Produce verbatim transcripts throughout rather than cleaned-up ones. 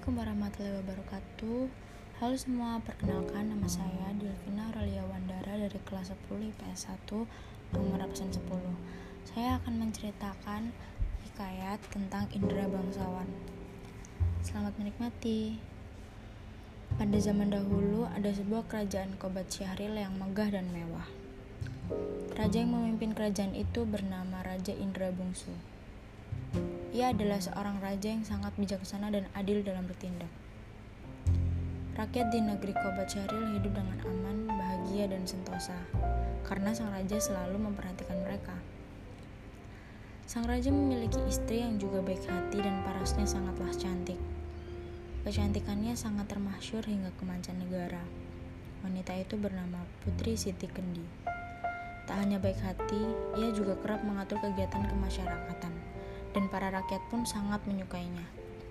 Assalamualaikum warahmatullahi wabarakatuh. Halo semua, perkenalkan nama saya Delvina Aurelia Wandara dari kelas sepuluh I P S satu nomor absen sepuluh. Saya akan menceritakan hikayat tentang indera bangsawan. Selamat menikmati. Pada zaman dahulu ada sebuah kerajaan Qobat Syahril yang megah dan mewah. Raja yang memimpin kerajaan itu bernama Raja Indra Bungsu. Ia adalah seorang raja yang sangat bijaksana dan adil dalam bertindak. Rakyat di negeri Qobat Syahril hidup dengan aman, bahagia, dan sentosa, karena sang raja selalu memperhatikan mereka. Sang raja memiliki istri yang juga baik hati dan parasnya sangatlah cantik. Kecantikannya sangat termasyhur hingga ke mancanegara. Wanita itu bernama Putri Siti Kendi. Tak hanya baik hati, ia juga kerap mengatur kegiatan kemasyarakatan, dan para rakyat pun sangat menyukainya.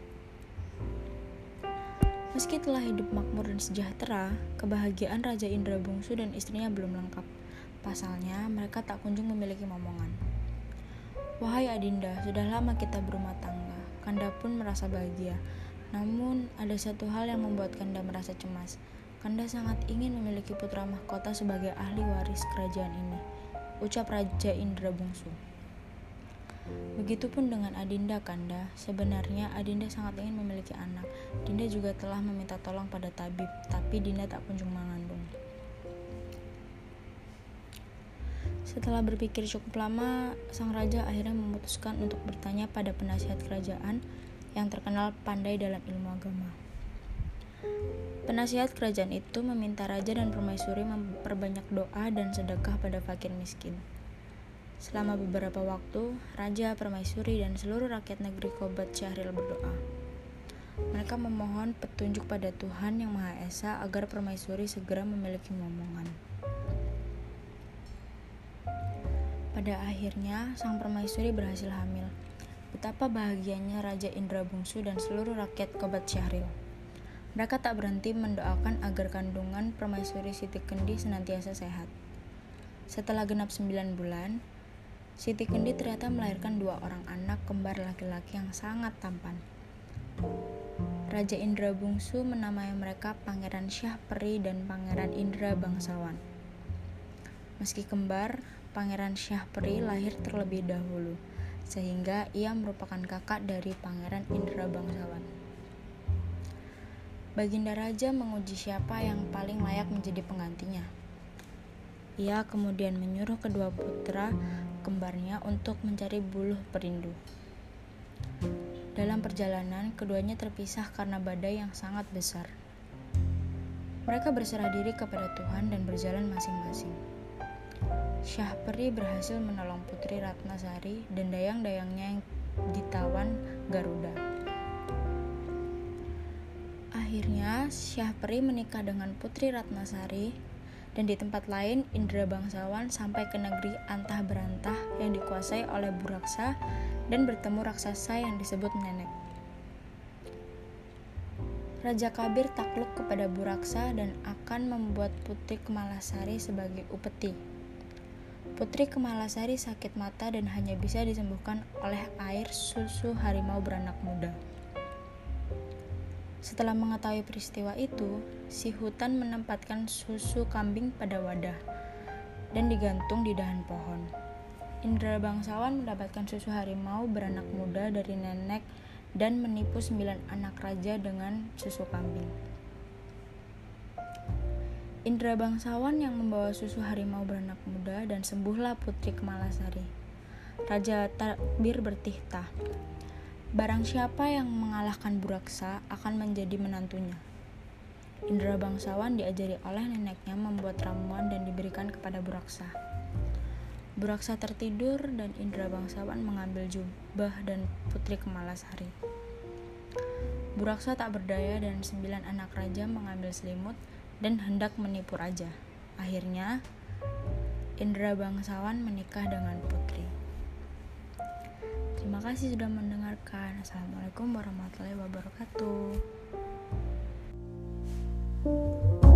Meski telah hidup makmur dan sejahtera, kebahagiaan Raja Indra Bungsu dan istrinya belum lengkap. Pasalnya, mereka tak kunjung memiliki momongan. Wahai Adinda, sudah lama kita berumah tangga. Kanda pun merasa bahagia. Namun, ada satu hal yang membuat Kanda merasa cemas. Kanda sangat ingin memiliki putra mahkota sebagai ahli waris kerajaan ini, ucap Raja Indra Bungsu. Begitupun dengan Adinda, Kanda. Sebenarnya Adinda sangat ingin memiliki anak. Dinda juga telah meminta tolong pada tabib, tapi Dinda tak kunjung mengandung. Setelah berpikir cukup lama, sang raja akhirnya memutuskan untuk bertanya pada penasihat kerajaan yang terkenal pandai dalam ilmu agama. Penasihat kerajaan itu meminta raja dan permaisuri memperbanyak doa dan sedekah pada fakir miskin. Selama beberapa waktu, raja, permaisuri, dan seluruh rakyat negeri Qobat Syahril berdoa. Mereka memohon petunjuk pada Tuhan Yang Maha Esa agar permaisuri segera memiliki momongan. Pada akhirnya, sang permaisuri berhasil hamil. Betapa bahagianya Raja Indra Bungsu dan seluruh rakyat Qobat Syahril. Mereka tak berhenti mendoakan agar kandungan permaisuri Siti Kendi senantiasa sehat. Setelah genap sembilan bulan, Siti Kendi ternyata melahirkan dua orang anak kembar laki-laki yang sangat tampan. Raja Indra Bungsu menamai mereka Pangeran Syahperi dan Pangeran Indra Bangsawan. Meski kembar, Pangeran Syahperi lahir terlebih dahulu, sehingga ia merupakan kakak dari Pangeran Indra Bangsawan. Baginda Raja menguji siapa yang paling layak menjadi penggantinya. Ia kemudian menyuruh kedua putra kembarnya untuk mencari buluh perindu. Dalam perjalanan, keduanya terpisah karena badai yang sangat besar. Mereka berserah diri kepada Tuhan dan berjalan masing-masing. Syahperi berhasil menolong Putri Ratnasari dan dayang-dayangnya yang ditawan Garuda. Akhirnya, Syahperi menikah dengan Putri Ratnasari, dan di tempat lain Indra Bangsawan sampai ke negeri Antah Berantah yang dikuasai oleh Buraksa dan bertemu raksasa yang disebut Nenek. Raja Kabir takluk kepada Buraksa dan akan membuat Putri Kemalasari sebagai upeti. Putri Kemalasari sakit mata dan hanya bisa disembuhkan oleh air susu harimau beranak muda. Setelah mengetahui peristiwa itu, si hutan menempatkan susu kambing pada wadah dan digantung di dahan pohon. Indra Bangsawan mendapatkan susu harimau beranak muda dari nenek dan menipu sembilan anak raja dengan susu kambing. Indra Bangsawan yang membawa susu harimau beranak muda dan sembuhlah Putri Kemalasari. Raja Kabir bertitah. Barang siapa yang mengalahkan Buraksa akan menjadi menantunya. Indra Bangsawan diajari oleh neneknya membuat ramuan dan diberikan kepada Buraksa. Buraksa tertidur dan Indra Bangsawan mengambil jubah dan Putri Kemalasari. Buraksa tak berdaya dan sembilan anak raja mengambil selimut dan hendak menipu raja. Akhirnya, Indra Bangsawan menikah dengan Putri. Terima kasih sudah mendengarkan. Assalamualaikum warahmatullahi wabarakatuh.